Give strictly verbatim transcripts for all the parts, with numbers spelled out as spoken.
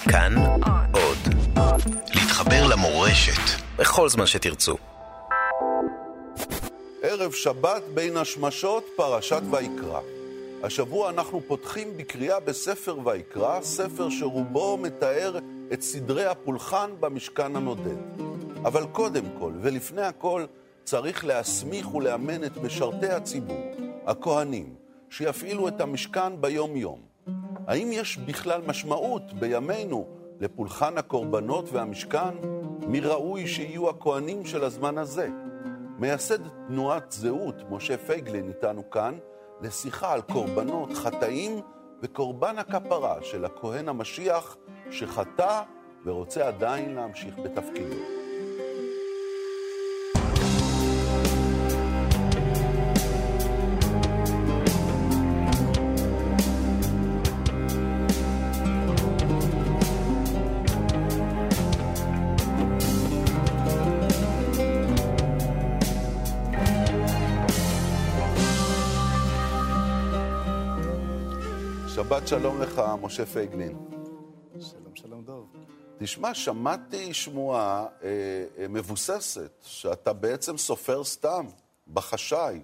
כאן עוד. להתחבר למורשת בכל זמן שתרצו. ערב שבת בין השמשות, פרשת ויקרא. השבוע אנחנו פותחים בקריאה בספר ויקרא, ספר שרובו מתאר את סדרי הפולחן במשכן הנודד. אבל קודם כל, ולפני הכל, צריך להסמיך ולאמן את משרתי הציבור, הכהנים, שיפעילו את המשכן ביום יום. האם יש בכלל משמעות בימינו לפולחן הקורבנות והמשכן? מי ראוי שיהיו הכהנים של הזמן הזה? מייסד תנועת זהות, משה פייגלין, איתנו כאן, לשיחה על קורבנות, חטאים וקורבן הכפרה של הכהן המשיח שחטא ורוצה עדיין להמשיך בתפקידו. שבת שלום לך, משה פייגלין. שלום, שלום דוב. תשמע, שמעתי שמועה אה, אה, מבוססת, שאתה בעצם סופר סתם, בחשאי.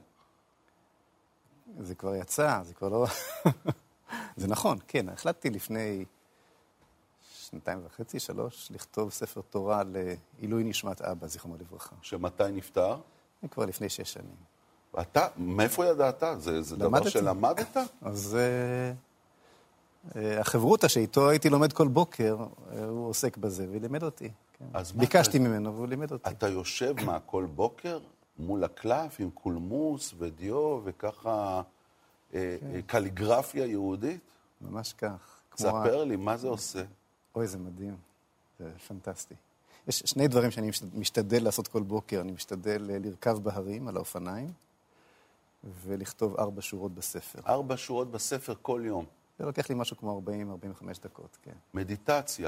זה כבר יצא, זה כבר לא... זה נכון, כן. החלטתי לפני שנתיים וחצי, שלוש, לכתוב ספר תורה לעילוי נשמת אבא, זיכרונו לברכה. שמתי נפטר? כבר לפני שש שנים. ואתה, מאיפה ידעת? זה, זה דבר שלמדת? אז... החברותה שאיתו הייתי לומד כל בוקר, הוא עוסק בזה, ולימד אותי. ביקשתי ממנו, והוא לימד אותי. אתה יושב מה כל בוקר מול הקלף עם קולמוס ודיו וככה קליגרפיה יהודית? ממש כך. תספר לי, מה זה עושה? אוי, זה מדהים. זה פנטסטי. יש שני דברים שאני משתדל לעשות כל בוקר. אני משתדל לרכב בהרים על האופניים, ולכתוב ארבע שורות בספר. ארבע שורות בספר כל יום. זה לוקח לי משהו כמו ארבעים עד ארבעים וחמש דקות, כן. מדיטציה.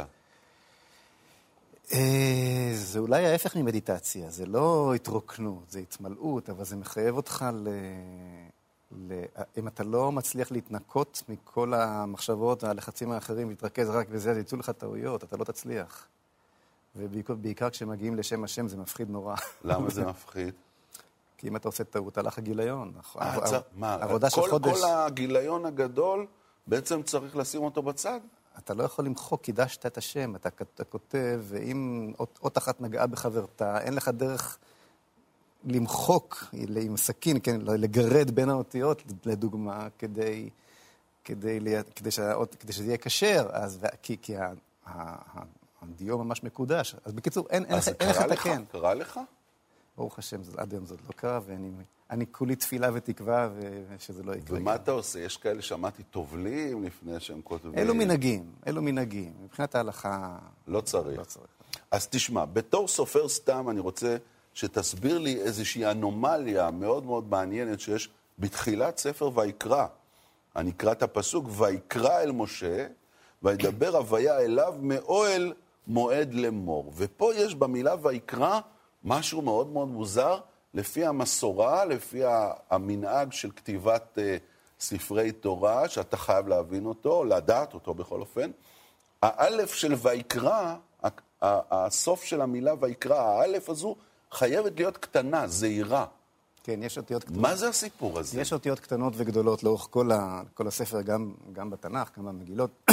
זה אולי ההפך ממדיטציה, זה לא התרוקנות, זה התמלאות, אבל זה מחייב אותך ל... ל... אם אתה לא מצליח להתנקות מכל המחשבות והלחצים האחרים, להתרכז רק בזה, אז יצאו לך טעויות, אתה לא תצליח. ובעיקר כשמגיעים לשם השם זה מפחיד נורא. למה זה מפחיד? כי אם אתה עושה טעות, הלך הגיליון. מה, עבודה של חודש. כל הגיליון הגדול בעצם צריך לשים אותו בצד? אתה לא יכול למחוק, קידשת את השם, אתה, אתה כותב, ואם אות אחת נגעה בחברתה, אין לך דרך למחוק עם סכין, כן, לגרד בין האותיות, לדוגמה, כדי, כדי, כדי, שהאות, כדי שזה יהיה כשר, אז, כי, כי ה, ה, הדיו ממש מקודש. אז בקיצור, אין, אין, אין לך תקן. קרה לך? ברוך השם, עד היום זאת לא קרה, ואני אני כולי תפילה ותקווה שזה לא יקרה. ומה אתה עושה? יש כאלה שמעתי טובלים לפני שהם כותבים. אלו מנהגים, אלו מנהגים. מבחינת ההלכה... לא צריך. לא צריך. אז תשמע, בתור סופר סתם אני רוצה שתסביר לי איזושהי אנומליה מאוד מאוד מעניינת שיש בתחילת ספר ויקרא. אני אקרא את הפסוק, ויקרא אל משה, וידבר הוויה אליו מאוהל מועד למור. ופה יש במילה ויקרא משהו מאוד מאוד מוזר, לפי המסורה, לפי המנהג של כתיבת ספרי תורה, שאתה חייב להבין אותו, לדעת אותו בכל אופן. האלף של ויקרא, הסוף של המילה ויקרא, האלף הזו חייבת להיות קטנה, זהירה. כן, יש אותיות קטנות. מה זה הסיפור הזה? יש אותיות קטנות וגדולות לאורך כל, ה, כל הספר, גם, גם בתנ"ך, גם במגילות.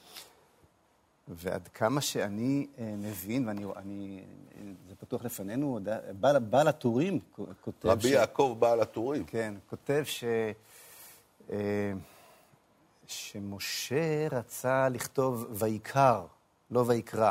ועד כמה שאני מבין, ואני, אני, זה פתוח לפנינו, בעל, בעל הטורים כותב... רבי ש... יעקב בעל הטורים. כן, כותב ש... שמשה רצה לכתוב ויקר, לא ויקרא,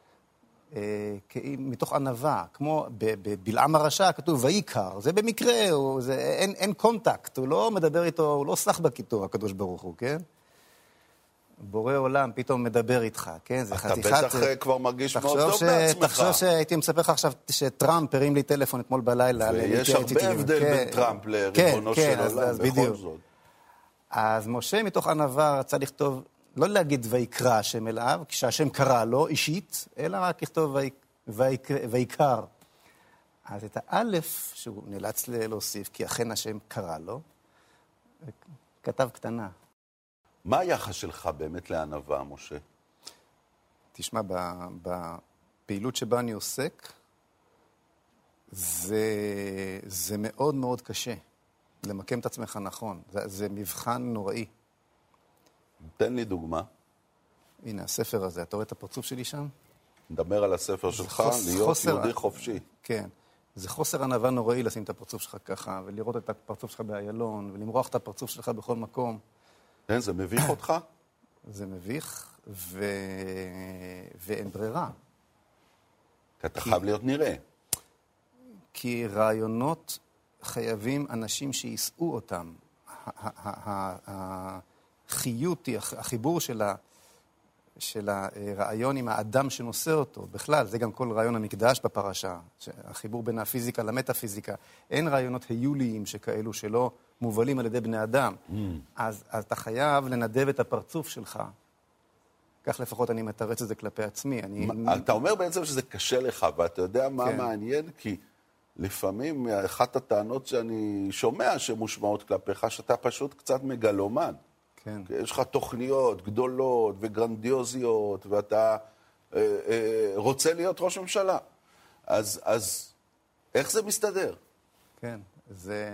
מתוך ענווה, כמו בבלעם הרשע כתוב ויקר, זה במקרה, זה, אין, אין קונטקט, הוא לא מדבר איתו, הוא לא סחבק איתו, הקדוש ברוך הוא, כן? בורא עולם פתאום מדבר איתך, כן? זה חתיכת... אתה בטח כבר מרגיש מאוד טוב בעצמך. תחשוב שהייתי מספר לך עכשיו שטראמפ הרים לי טלפון אתמול בלילה. ויש הרבה הבדל בין טראמפ לריבונו של עולם, בכל זאת. אז משה מתוך ענווה רצה לכתוב, לא להגיד ויקרא השם אליו, כשהשם קרא לו אישית, אלא רק לכתוב ויקר. אז את האלף שהוא נאלץ להוסיף, כי אכן השם קרא לו, כתב קטנה. מה היחס שלך באמת לענווה, משה? תשמע, בפעילות שבה אני עוסק, זה, זה מאוד מאוד קשה למקם את עצמך נכון. זה, זה מבחן נוראי. תן לי דוגמה. הנה, הספר הזה, אתה רואה את הפרצוף שלי שם? נדבר על הספר שלך, חוס, להיות חוסר, יהודי חופשי. כן. זה חוסר ענווה נוראי לשים את הפרצוף שלך ככה, ולראות את הפרצוף שלך באיילון, ולמרוח את הפרצוף שלך בכל מקום. כן, זה מביך אותך? זה מביך, ו... ואין ברירה. כי אתה חייב להיות נראה. כי רעיונות חייבים אנשים שיסעו אותם. החיות, החיבור של ה... של הרעיון עם האדם שנושא אותו. בכלל, זה גם כל רעיון המקדש בפרשה, החיבור בין הפיזיקה למטאפיזיקה. אין רעיונות היוליים שכאלו שלא מובלים על ידי בני אדם. Mm. אז, אז אתה חייב לנדב את הפרצוף שלך. כך לפחות אני מתרץ את זה כלפי עצמי. אני... אתה אומר בעצם שזה קשה לך, ואתה יודע מה כן. מעניין? כי לפעמים אחת הטענות שאני שומע שמושמעות כלפיך, שאתה פשוט קצת מגלומן. כן. יש לך תוכניות גדולות וגרנדיוזיות, ואתה אה, אה, רוצה להיות ראש ממשלה. אז, אז איך זה מסתדר? כן, זה...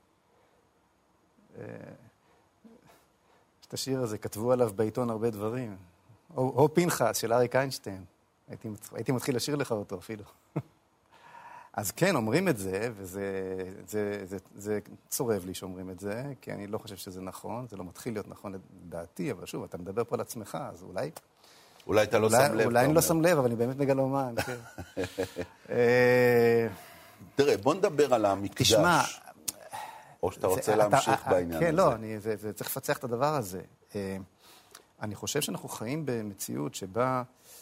את השיר הזה, כתבו עליו בעיתון הרבה דברים. או, או פנחס של אריק איינשטיין. הייתי, הייתי מתחיל לשיר לך אותו אפילו. אז כן, אומרים את זה, וזה זה, זה, זה צורב לי שאומרים את זה, כי אני לא חושב שזה נכון, זה לא מתחיל להיות נכון לדעתי, אבל שוב, אתה מדבר פה על עצמך, אז אולי... אולי אתה לא שם לב. אולי אני לא שם לב, אבל אני באמת מגלומן, כן. תראה, בוא נדבר על המקדש. תשמע... או שאתה רוצה להמשיך בעניין הזה. כן, לא, זה צריך לפצח את הדבר הזה. אני חושב שאנחנו חיים במציאות שבה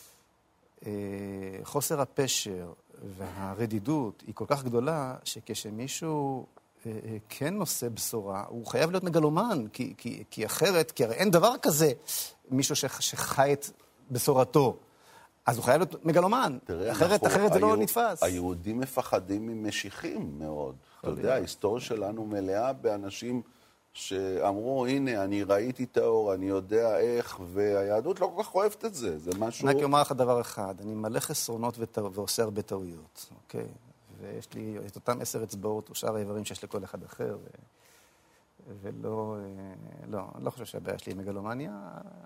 חוסר הפשר והרדידות היא כל כך גדולה, שכשמישהו כן נושא בשורה, הוא חייב להיות מגלומן, כי, כי, כי אחרת, כי הרי אין דבר כזה מישהו שחי את בשורתו. אז הוא חייב להיות מגלומן. תראה, אחרת, אחרת זה לא נתפס. היהודים מפחדים ממשיחים מאוד. אתה יודע, ההיסטוריה שלנו מלאה באנשים שאמרו, הנה, אני ראיתי את האור, אני יודע איך, והיהדות לא כל כך אוהבת את זה. זה משהו... אני אומר לך דבר אחד, אני מלא חסרונות ועושה הרבה טעויות, אוקיי? ויש לי את אותם עשר אצבעות ושאר האיברים שיש לכל אחד אחר, ו... ולא, לא, אני לא חושב שהבעיה שלי היא מגלומניה.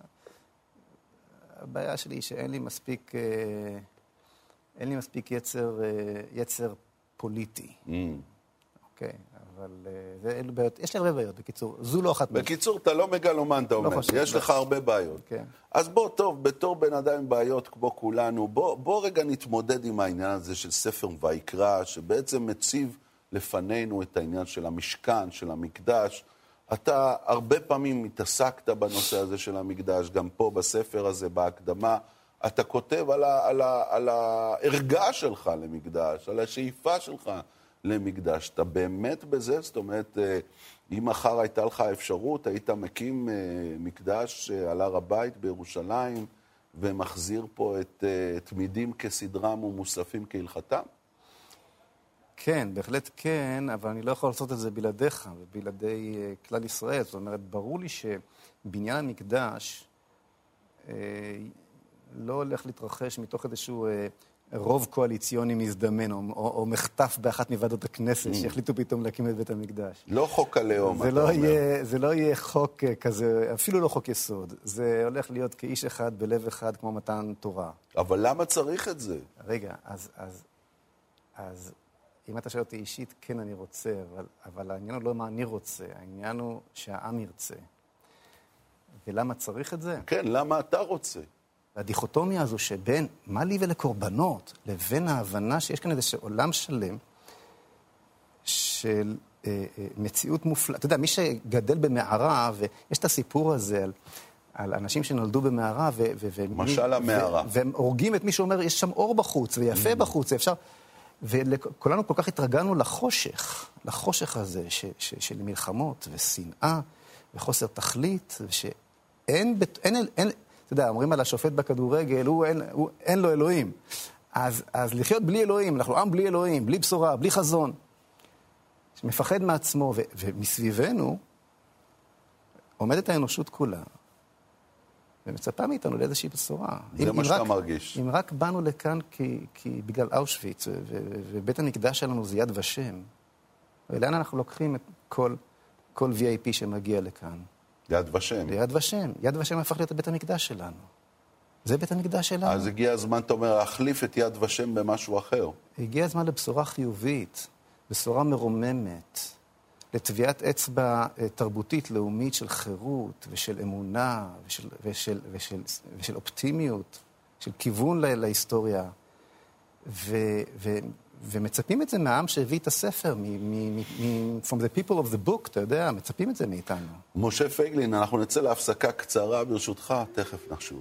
הבעיה שלי היא שאין לי מספיק, אין לי מספיק יצר, יצר פוליטי. Mm. אוקיי, אבל זה, אלו בעיות, יש לי הרבה בעיות, בקיצור, זו לא אחת. בקיצור, אתה לא מגלומן, אתה אומר, לא חושב, יש לא. לך הרבה בעיות. כן. אז בוא, טוב, בתור בן אדם עם בעיות כמו כולנו, בוא, בוא רגע נתמודד עם העניין הזה של ספר ויקרא, שבעצם מציב לפנינו את העניין של המשכן, של המקדש. אתה הרבה פעמים התעסקת בנושא הזה של המקדש, גם פה בספר הזה, בהקדמה, אתה כותב על, ה, על, ה, על הערגה שלך למקדש, על השאיפה שלך למקדש. אתה באמת בזה? זאת אומרת, אם מחר הייתה לך אפשרות, היית מקים מקדש על הר הבית בירושלים, ומחזיר פה את תמידים כסדרם ומוספים כהלכתם? כן, בהחלט כן, אבל אני לא יכול לעשות את זה בלעדיך ובלעדי uh, כלל ישראל. זאת אומרת, ברור לי שבניין המקדש uh, לא הולך להתרחש מתוך איזשהו uh, רוב קואליציוני מזדמן, או, או, או מחטף באחת מוועדות הכנסת, mm. שהחליטו פתאום להקים את בית המקדש. לא חוק הלאום, אתה לא אומר. יהיה, זה לא יהיה חוק uh, כזה, אפילו לא חוק יסוד. זה הולך להיות כאיש אחד בלב אחד כמו מתן תורה. אבל למה צריך את זה? רגע, אז... אז, אז אם אתה שואל אותי אישית, כן אני רוצה, אבל, אבל העניין הוא לא מה אני רוצה, העניין הוא שהעם ירצה. ולמה צריך את זה? כן, למה אתה רוצה? הדיכוטומיה הזו שבין מה לי ולקורבנות, לבין ההבנה שיש כאן איזה עולם שלם של אה, אה, מציאות מופלאה. אתה יודע, מי שגדל במערה, ויש את הסיפור הזה על, על אנשים שנולדו במערה, ו, ו, ו, משל המערה. והם הורגים את מי שאומר, יש שם אור בחוץ, ויפה mm. בחוץ, ואפשר... וכולנו כל כך התרגלנו לחושך, לחושך הזה ש, ש, של מלחמות ושנאה וחוסר תכלית, ושאין, אין, אין, אתה יודע, אומרים על השופט בכדורגל, הוא אין, הוא, אין לו אלוהים. אז, אז לחיות בלי אלוהים, אנחנו עם בלי אלוהים, בלי בשורה, בלי חזון, שמפחד מעצמו, ו, ומסביבנו עומדת האנושות כולה, ומצפה מאיתנו לאיזושהי בשורה. זה אם, מה אם שאתה רק, מרגיש. אם רק באנו לכאן כי, כי בגלל אושוויץ, ו- ו- ובית המקדש שלנו זה יד ושם, ולאן אנחנו לוקחים את כל, כל וי איי פי שמגיע לכאן? יד ושם. ליד ושם. יד ושם הפך להיות בית המקדש שלנו. זה בית המקדש שלנו. אז הגיע הזמן, אתה אומר, להחליף את יד ושם במשהו אחר. הגיע הזמן לבשורה חיובית, בשורה מרוממת, לטביעת אצבע תרבותית, לאומית של חירות ושל אמונה ושל, ושל, ושל, ושל אופטימיות, של כיוון לה, להיסטוריה. ו, ו, ומצפים את זה מהעם שהביא את הספר, מ, מ, מ, from the people of the book, אתה יודע, מצפים את זה מאיתנו. משה פייגלין, אנחנו נצא להפסקה קצרה ברשותך, תכף נחשוב.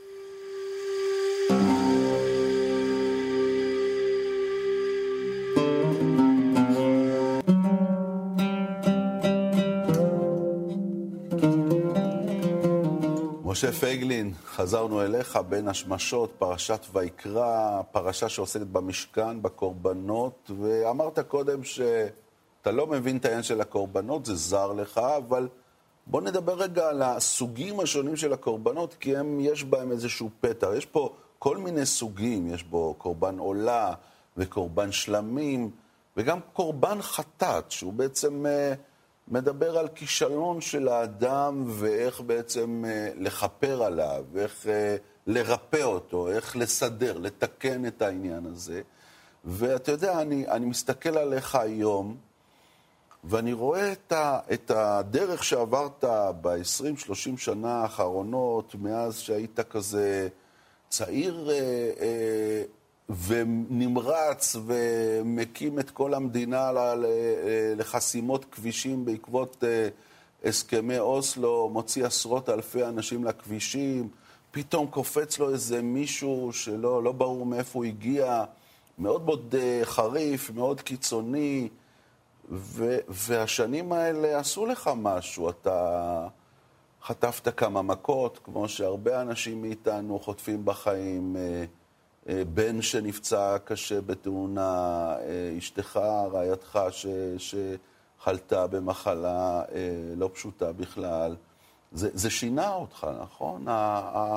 משה פייגלין, חזרנו אליך בין השמשות, פרשת ויקרא, פרשה שעוסקת במשכן, בקורבנות, ואמרת קודם שאתה לא מבין את העניין של הקורבנות, זה זר לך, אבל בוא נדבר רגע על הסוגים השונים של הקורבנות, כי הם, יש בהם איזשהו פתח. יש פה כל מיני סוגים, יש בו קורבן עולה וקורבן שלמים, וגם קורבן חטאת, שהוא בעצם מדבר על כישלון של האדם ואיך בעצם לחפר עליו, ואיך לרפא אותו, איך לסדר, לתקן את העניין הזה. ואתה יודע, אני, אני מסתכל עליך היום, ואני רואה את, ה, את הדרך שעברת ב-עשרים שלושים שנה האחרונות, מאז שהיית כזה צעיר אה, אה, ונמרץ ומקים את כל המדינה לחסימות כבישים בעקבות אה, הסכמי אוסלו, מוציא עשרות אלפי אנשים לכבישים, פתאום קופץ לו איזה מישהו שלא לא ברור מאיפה הוא הגיע, מאוד מאוד אה, חריף, מאוד קיצוני, ו- והשנים האלה עשו לך משהו, אתה חטפת כמה מכות, כמו שהרבה אנשים מאיתנו חוטפים בחיים, בן שנפצע קשה בתאונה, אשתך, רעייתך ש- שחלתה במחלה לא פשוטה בכלל. זה, זה שינה אותך, נכון? ה- ה-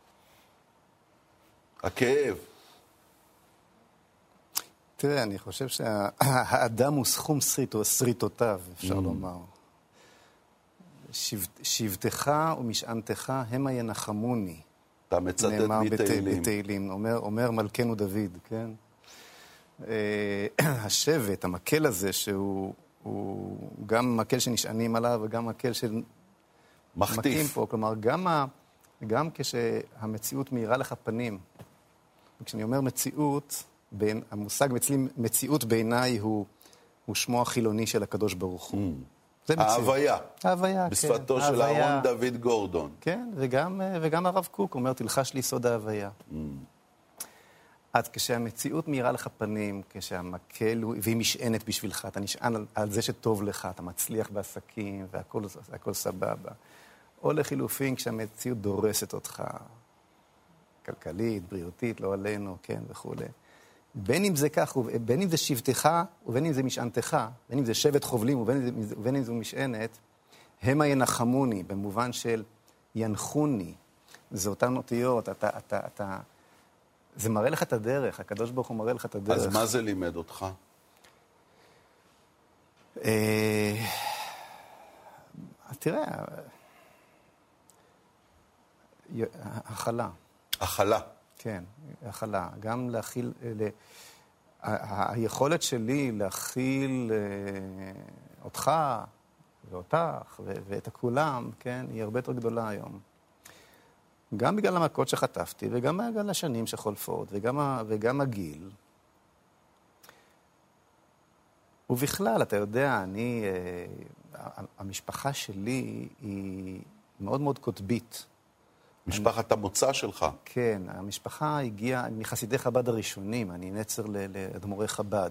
הכאב. תראה, אני חושב שהאדם הוא סכום שריטותיו, אפשר mm. לומר. שבט, שבטך ומשענתך המה ינחמוני. אתה מצטט מתהילים. בתהילים, אומר, אומר מלכנו דוד, כן? השבט, המקל הזה, שהוא הוא גם מקל שנשענים עליו וגם מקל של... מחטיף. פה, כלומר, גם, ה, גם כשהמציאות מאירה לך פנים, וכשאני אומר מציאות, בין, המושג מציאות בעיניי הוא, הוא שמו החילוני של הקדוש ברוך הוא. Mm. זה מציאות. ההוויה. ההוויה, בשפתו כן. של ההוויה. אהרון דוד גורדון. כן, וגם, וגם הרב קוק אומר, תלחש לי סוד ההוויה. Mm. אז כשהמציאות מאירה לך פנים, כשהמקל הוא, והיא משענת בשבילך, אתה נשען על, על זה שטוב לך, אתה מצליח בעסקים, והכל, והכל סבבה. או לחילופין, כשהמציאות דורסת אותך, כלכלית, בריאותית, לא עלינו, כן, וכו'. בין אם זה כך, בין אם זה שבטך, ובין אם זה משענתך, בין אם זה שבט חובלים, ובין, ובין אם זו משענת, המה ינחמוני, במובן של ינחוני. זה אותן אותיות, אתה, אתה, אתה, זה מראה לך את הדרך, הקדוש ברוך הוא מראה לך את הדרך. אז מה זה לימד אותך? תראה, הכלה. הכלה. כן, הכלה. גם להכיל, ל... היכולת שלי להכיל אותך ואותך ואת הכולם, כן, היא הרבה יותר גדולה היום. גם בגלל המכות שחטפתי, וגם בגלל השנים שחולפות, וגם, וגם הגיל. ובכלל, אתה יודע, אני, המשפחה שלי היא מאוד מאוד קוטבית. משפחת המוצא שלך. כן, המשפחה הגיעה מחסידי חב"ד הראשונים, אני נצר לאדמו"רי חב"ד.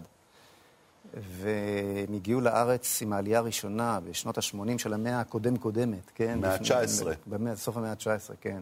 והם הגיעו לארץ עם העלייה הראשונה בשנות ה-שמונים של המאה הקודם-קודמת, כן? מאה ה-תשע עשרה. בסוף המאה ה-תשע עשרה, כן.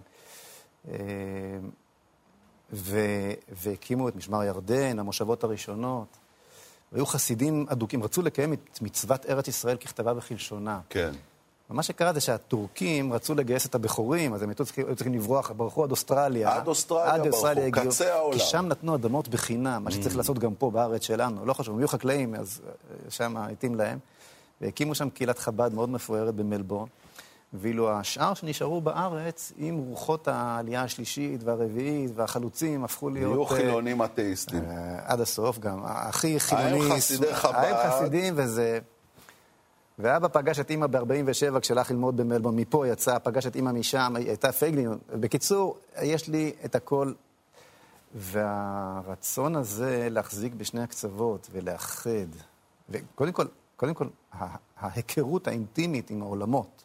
והקימו את משמר ירדן, המושבות הראשונות. והיו חסידים אדוקים, רצו לקיים את מצוות ארץ ישראל ככתבה וכלשונה. כן. מה שקרה זה שהטורקים רצו לגייס את הבחורים, אז הם היו צריכים, צריכים לברוח, ברחו עד אוסטרליה. עד אוסטרליה, עד אוסטרליה ברחו, קצה העולם. כי שם נתנו אדמות בחינם, מה שצריך mm. לעשות גם פה בארץ שלנו. לא חשוב, הם היו חקלאים, אז שם התאים להם. והקימו שם קהילת חב"ד מאוד מפוארת במלבורן. ואילו השאר שנשארו בארץ, עם רוחות העלייה השלישית והרביעית והחלוצים, הפכו להיות... היו חילונים אתאיסטים. עד הסוף גם. הכי חילוני... האם חסידי חב"ד. האם חסידים וזה... ואבא פגש את אמא ב-ארבעים ושבע כשהלך ללמוד במלבורן, מפה יצא, פגש את אמא משם, הייתה פייגלין. בקיצור, יש לי את הכל. והרצון הזה להחזיק בשני הקצוות ולאחד, וקודם כל, קודם כל, ההיכרות האינטימית עם העולמות,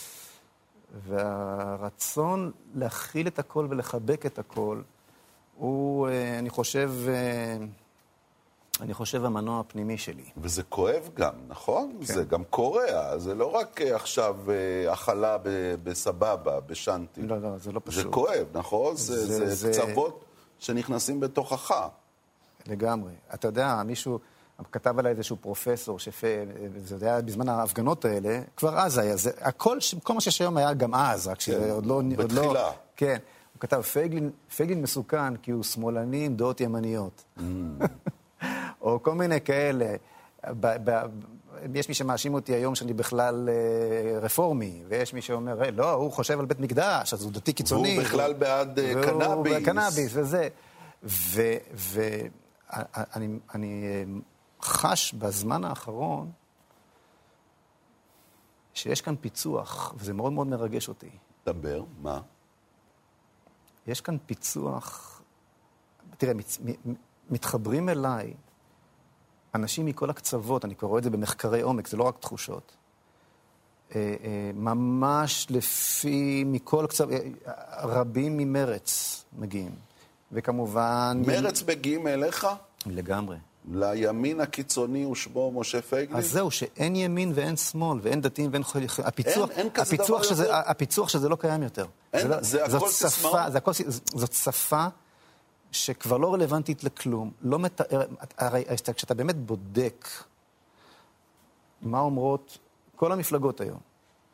והרצון להכיל את הכל ולחבק את הכל, הוא, אני חושב, אני חושב המנוע הפנימי שלי. וזה כואב גם, נכון? כן. זה גם קורע, זה לא רק עכשיו אכלה בסבבה, בשנטי. לא, לא, זה לא פשוט. זה כואב, נכון? זה, זה, זה, זה קצוות שנכנסים בתוכך. לגמרי. אתה יודע, מישהו כתב עליי איזשהו פרופסור, שפה, זה היה בזמן ההפגנות האלה, כבר אז היה, זה, הכל, כל מה שיש היום היה גם אז, רק שזה כן, עוד לא... בתחילה. עוד לא, כן. הוא כתב, פייגלין, פייגלין מסוכן, כי הוא שמאלני עם דעות ימניות. Mm. או כל מיני כאלה. ב, ב, יש מי שמאשים אותי היום שאני בכלל אה, רפורמי, ויש מי שאומר, אה, לא, הוא חושב על בית מקדש, אז הוא דתי קיצוני. והוא בכלל בעד והוא, קנאביס. והוא קנאביס וזה. ואני אני חש בזמן האחרון שיש כאן פיצוח, וזה מאוד מאוד מרגש אותי. דבר, מה? יש כאן פיצוח, תראה, מת, מתחברים אליי אנשים מכל הקצוות, אני כבר רואה את זה במחקרי עומק, זה לא רק תחושות. ממש לפי, מכל קצוות, רבים ממרץ מגיעים. וכמובן... מרץ מגיעים אליך? לגמרי. לימין הקיצוני ושמו משה פייגלין? אז זהו, שאין ימין ואין שמאל, ואין דתיים ואין חולים. הפיצוח, אין, אין כזה הפיצוח דבר שזה, יותר? הפיצוח שזה לא קיים יותר. אין, זה, לא, זה הכל סיסמה? זה הכל, זאת שפה שכבר לא רלוונטית לכלום. לא מתאר, הרי כשאתה באמת בודק מה אומרות כל המפלגות היום,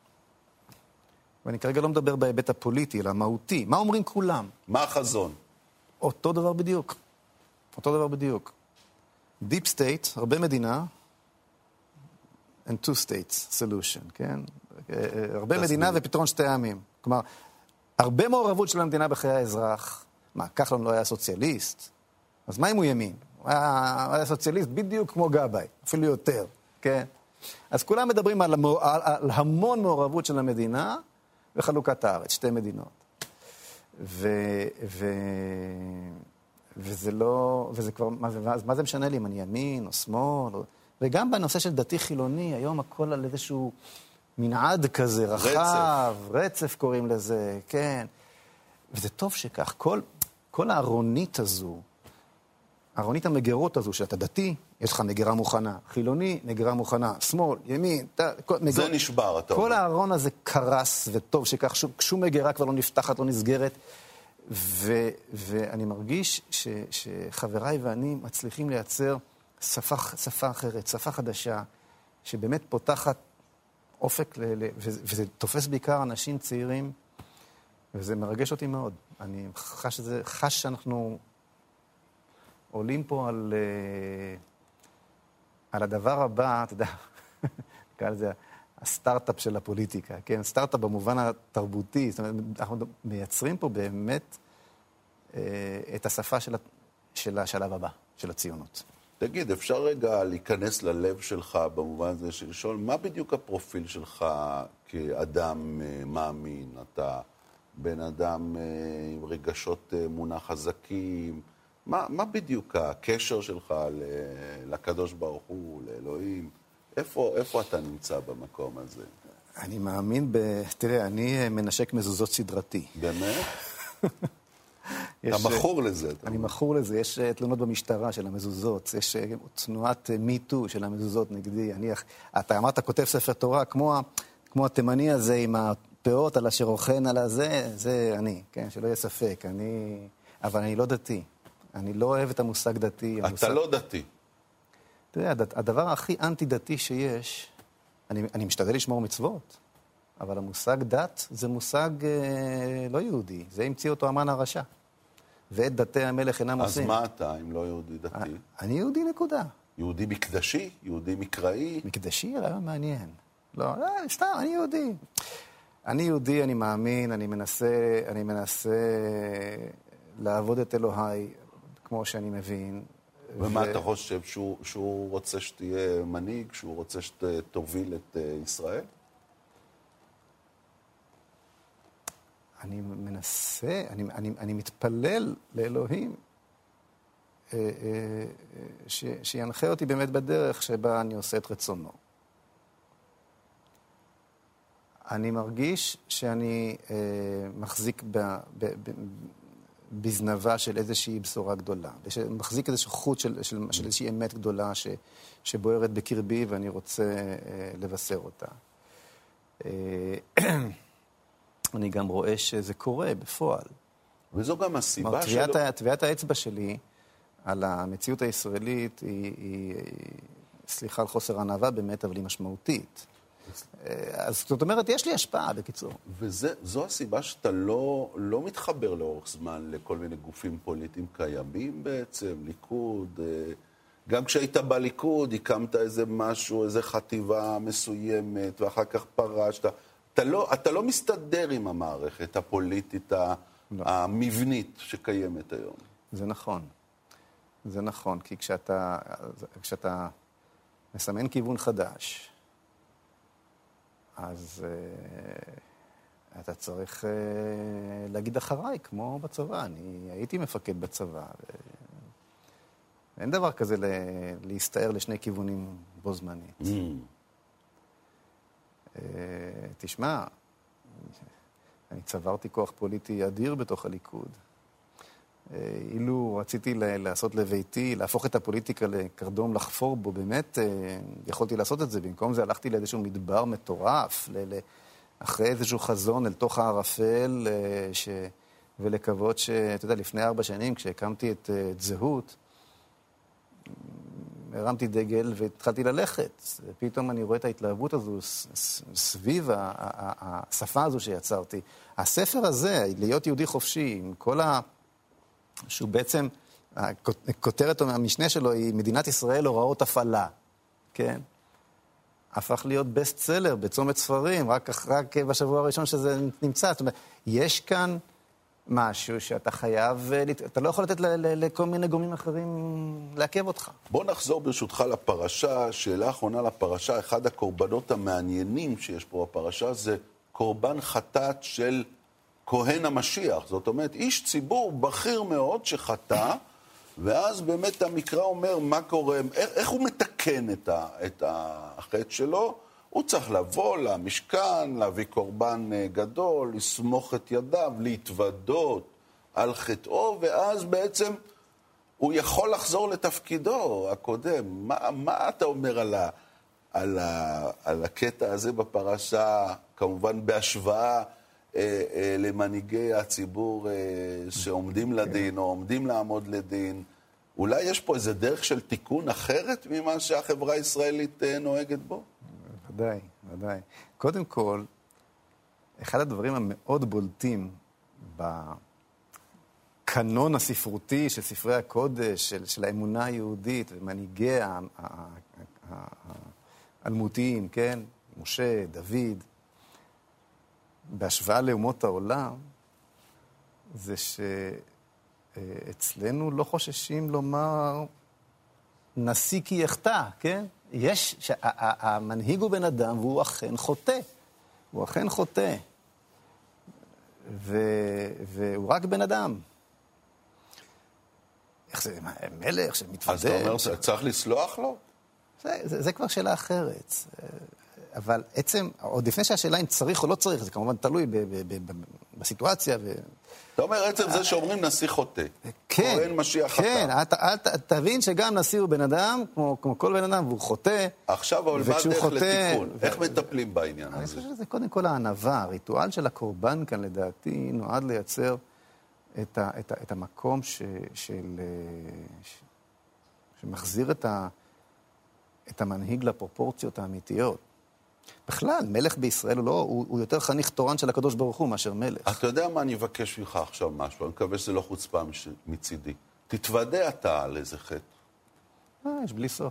ואני כרגע לא מדבר בהיבט הפוליטי, אלא המהותי, מה אומרים כולם? מה החזון? אותו דבר בדיוק. אותו דבר בדיוק. Deep state, הרבה מדינה, and two states solution, כן? הרבה מדינה ופתרון שתי העמים. כלומר, הרבה מעורבות של המדינה בחיי האזרח. מה, כחלון לא היה סוציאליסט? אז מה אם הוא ימין? הוא היה, הוא היה סוציאליסט בדיוק כמו גבאי, אפילו יותר, כן? אז כולם מדברים על, המור... על המון מעורבות של המדינה וחלוקת הארץ, שתי מדינות. ו... ו... וזה לא, וזה כבר, מה זה, מה זה משנה לי אם אני ימין או שמאל, או, וגם בנושא של דתי חילוני, היום הכל על איזשהו מנעד כזה, רחב, רצף, רצף קוראים לזה, כן. וזה טוב שכך, כל, כל הארונית הזו, הארונית המגרות הזו, שאתה דתי, יש לך מגרה מוכנה, חילוני, מגרה מוכנה, שמאל, ימין, ת, כל, זה מגר... נשבר, אתה אומר. כל הארון הזה קרס, וטוב שכך, שום, שום מגרה כבר לא נפתחת, לא נסגרת, ו, ואני מרגיש ש, שחבריי ואני מצליחים לייצר שפה, שפה אחרת, שפה חדשה, שבאמת פותחת אופק, ל, ל, וזה, וזה תופס בעיקר אנשים צעירים, וזה מרגש אותי מאוד. אני חש, שזה, חש שאנחנו עולים פה על, על הדבר הבא, אתה יודע, נקרא לזה הסטארט-אפ של הפוליטיקה, כן? סטארט-אפ במובן התרבותי, זאת אומרת, אנחנו מייצרים פה באמת אה, את השפה של, של השלב הבא, של הציונות. תגיד, אפשר רגע להיכנס ללב שלך במובן הזה של לשאול, מה בדיוק הפרופיל שלך כאדם אה, מאמין? אתה בן אדם אה, עם רגשות אה, מונח חזקים, מה, מה בדיוק הקשר שלך ל- לקדוש ברוך הוא, לאלוהים? איפה, איפה אתה נמצא במקום הזה? אני מאמין ב... תראה, אני מנשק מזוזות סדרתי. באמת? אתה מכור לזה. אני מכור לזה. יש תלונות במשטרה של המזוזות. יש תנועת מיטו של המזוזות נגדי. אני, אתה אמרת, כותב ספר תורה, כמו, כמו התימני הזה עם הפאות על אשר אוכן על הזה, זה אני, כן? שלא יהיה ספק. אני... אבל אני לא דתי. אני לא אוהב את המושג דתי. אתה המושג... לא דתי. תראה, הדבר הכי אנטי-דתי שיש, אני, אני משתדל לשמור מצוות, אבל המושג דת זה מושג אה, לא יהודי. זה המציא אותו המן הרשע. ואת דתי המלך אינם אז עושים. מה אתה, אם לא יהודי דתי? אני יהודי נקודה. יהודי מקדשי? יהודי מקראי? מקדשי? רעיון מעניין. לא, לא, סתם, אני יהודי. אני יהודי, אני מאמין, אני מנסה, אני מנסה לעבוד את אלוהי, כמו שאני מבין. ומה ו... אתה חושב, שהוא, שהוא רוצה שתהיה מנהיג, שהוא רוצה שתוביל את uh, ישראל? אני מנסה, אני, אני, אני מתפלל לאלוהים אה, אה, ש, שינחה אותי באמת בדרך שבה אני עושה את רצונו. אני מרגיש שאני אה, מחזיק ב, ב, ב, בזנבה של איזושהי בשורה גדולה, מחזיק איזשהו חוט של, של, של איזושהי אמת גדולה ש, שבוערת בקרבי ואני רוצה אה, לבשר אותה. אה, אני גם רואה שזה קורה בפועל. וזו גם הסיבה שלו. טביעת, טביעת האצבע שלי על המציאות הישראלית היא, היא, סליחה על חוסר ענווה באמת, אבל היא משמעותית. אז זאת אומרת, יש לי השפעה בקיצור. וזו הסיבה שאתה לא, לא מתחבר לאורך זמן לכל מיני גופים פוליטיים קיימים בעצם, ליכוד. גם כשהיית בליכוד, הקמת איזה משהו, איזה חטיבה מסוימת, ואחר כך פרשת. אתה לא, אתה לא מסתדר עם המערכת הפוליטית לא. המבנית שקיימת היום. זה נכון. זה נכון, כי כשאתה, כשאתה מסמן כיוון חדש, אז uh, אתה צריך uh, להגיד אחריי, כמו בצבא. אני הייתי מפקד בצבא. ו... אין דבר כזה ל... להסתער לשני כיוונים בו זמנית. Mm. Uh, תשמע, אני צברתי כוח פוליטי אדיר בתוך הליכוד. Uh, אילו רציתי ל... לעשות לביתי, להפוך את הפוליטיקה לקרדום, לחפור בו, באמת uh, יכולתי לעשות את זה. במקום זה הלכתי לאיזשהו מדבר מטורף, ל... ל... אחרי איזשהו חזון אל תוך הערפל, uh, ש... ולקוות ש... אתה יודע, לפני ארבע שנים, כשהקמתי את, uh, את זהות, הרמתי דגל והתחלתי ללכת. פתאום אני רואה את ההתלהבות הזו סביב השפה הזו שיצרתי. הספר הזה, להיות יהודי חופשי, עם כל ה... שהוא בעצם, הכותרת המשנה שלו היא מדינת ישראל הוראות הפעלה. כן? הפך להיות בסט סלר בצומת ספרים, רק, רק בשבוע הראשון שזה נמצא. זאת אומרת, יש כאן משהו שאתה חייב, אתה לא יכול לתת לכל מיני גורמים אחרים לעכב אותך. בוא נחזור ברשותך לפרשה, שאלה אחרונה לפרשה, אחד הקורבנות המעניינים שיש פה בפרשה זה קורבן חטאת של כהן המשיח. זאת אומרת, איש ציבור בכיר מאוד שחטא, ואז באמת המקרא אומר מה קורה, איך, איך הוא מתקן את, ה, את החטא שלו. הוא צריך לבוא למשכן, להביא קורבן גדול, לסמוך את ידיו, להתוודות על חטאו, ואז בעצם הוא יכול לחזור לתפקידו הקודם. מה, מה אתה אומר על, ה, על, ה, על הקטע הזה בפרשה, כמובן בהשוואה אה, אה, למנהיגי הציבור אה, שעומדים לדין או עומדים לעמוד לדין? אולי יש פה איזה דרך של תיקון אחרת ממה שהחברה הישראלית אה, נוהגת בו? ודאי, ודאי. קודם כל, אחד הדברים המאוד בולטים בקנון הספרותי של ספרי הקודש, של, של האמונה היהודית ומנהיגי האלמותיים, כן? משה, דוד, בהשוואה לאומות העולם, זה שאצלנו לא חוששים לומר נשיא כי יחטא, כן? יש, שהמנהיג הוא בן אדם והוא אכן חוטא. הוא אכן חוטא. ו, והוא רק בן אדם. איך זה, מלך שמתוודה? אז אתה אומר שצריך לסלוח לו? זה, זה, זה כבר שאלה אחרת. אבל עצם, עוד לפני שהשאלה אם צריך או לא צריך, זה כמובן תלוי ב, ב, ב, ב, בסיטואציה. ו... אתה אומר, עצם זה שאומרים נשיא חוטא. כן, כהן משיח חטא. כן, אתה, אתה, תבין שגם נשיא הוא בן אדם, כמו, כמו כל בן אדם, והוא חוטא. עכשיו, אבל מה דרך לתיקון? ו... איך מטפלים בעניין אני הזה? חושב שזה קודם כל הענווה. הריטואל של הקורבן כאן, לדעתי, נועד לייצר את, ה, את, ה, את המקום ש, של, ש, שמחזיר את, ה, את המנהיג לפרופורציות האמיתיות. בכלל, מלך בישראל הוא, לא, הוא, הוא יותר חניך תורן של הקדוש ברוך הוא מאשר מלך. אתה יודע מה, אני אבקש ממך עכשיו משהו, אני מקווה שזה לא חוצפה מצידי. תתוודע אתה על איזה חטא. אה, יש בלי סוף.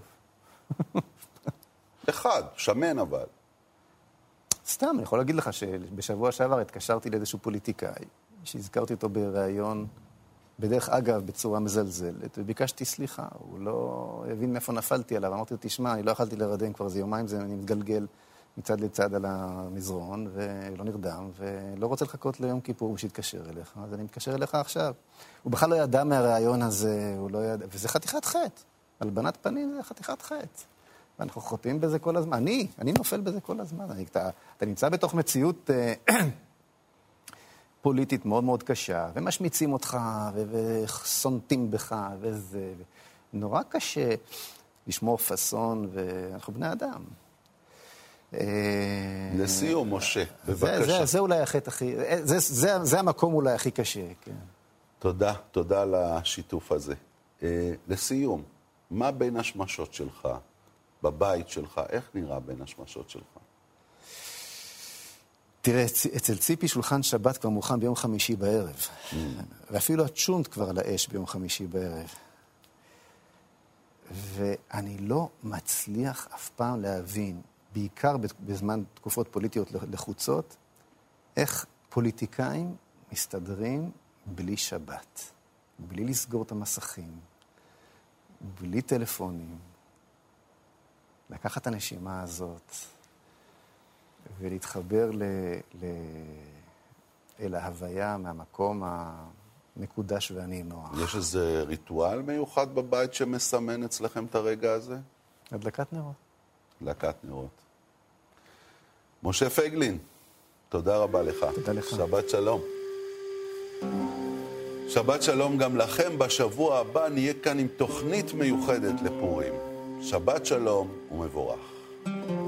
אחד, שמן אבל. סתם, אני יכול להגיד לך שבשבוע שעבר התקשרתי לאיזשהו פוליטיקאי, שהזכרתי אותו בראיון, בדרך אגב, בצורה מזלזלת, וביקשתי סליחה. הוא לא הבין מאיפה נפלתי עליו. אמרתי לו, תשמע, אני לא יכלתי לרדם כבר איזה יומיים, זה, אני מתגלגל מצד לצד על המזרון, ולא נרדם, ולא רוצה לחכות ליום כיפור ושיתקשר אליך, אז אני מתקשר אליך עכשיו. הוא בכלל לא ידע מהראיון הזה, הוא לא ידע, וזה חתיכת חטא. הלבנת פנים זה חתיכת חטא. ואנחנו חוטאים בזה כל הזמן. אני, אני נופל בזה כל הזמן. אני, אתה, אתה נמצא בתוך מציאות פוליטית מאוד מאוד קשה, ומשמיצים אותך, וסונטים בך, וזה. נורא קשה לשמור פסון, ואנחנו בני אדם. לסיום, משה, בבקשה. זה, זה, זה אולי החטא הכי... זה, זה, זה המקום אולי הכי קשה, כן. תודה, תודה על השיתוף הזה. לסיום, מה בין השמשות שלך, בבית שלך, איך נראה בין השמשות שלך? תראה, אצל ציפי שולחן שבת כבר מוכן ביום חמישי בערב. Mm. ואפילו הצ'ונט כבר על האש ביום חמישי בערב. ואני לא מצליח אף פעם להבין, בעיקר בזמן תקופות פוליטיות לחוצות, איך פוליטיקאים מסתדרים בלי שבת, בלי לסגור את המסכים, בלי טלפונים. לקחת את הנשימה הזאת ולהתחבר ל... ל... אל ההוויה מהמקום המקודש והנינוח. יש איזה ריטואל מיוחד בבית שמסמן אצלכם את הרגע הזה? הדלקת נרות. הדלקת נרות. משה פייגלין, תודה רבה לך. תודה לך. שבת שלום. שבת שלום גם לכם. בשבוע הבא נהיה כאן עם תוכנית מיוחדת לפורים. שבת שלום ומבורך.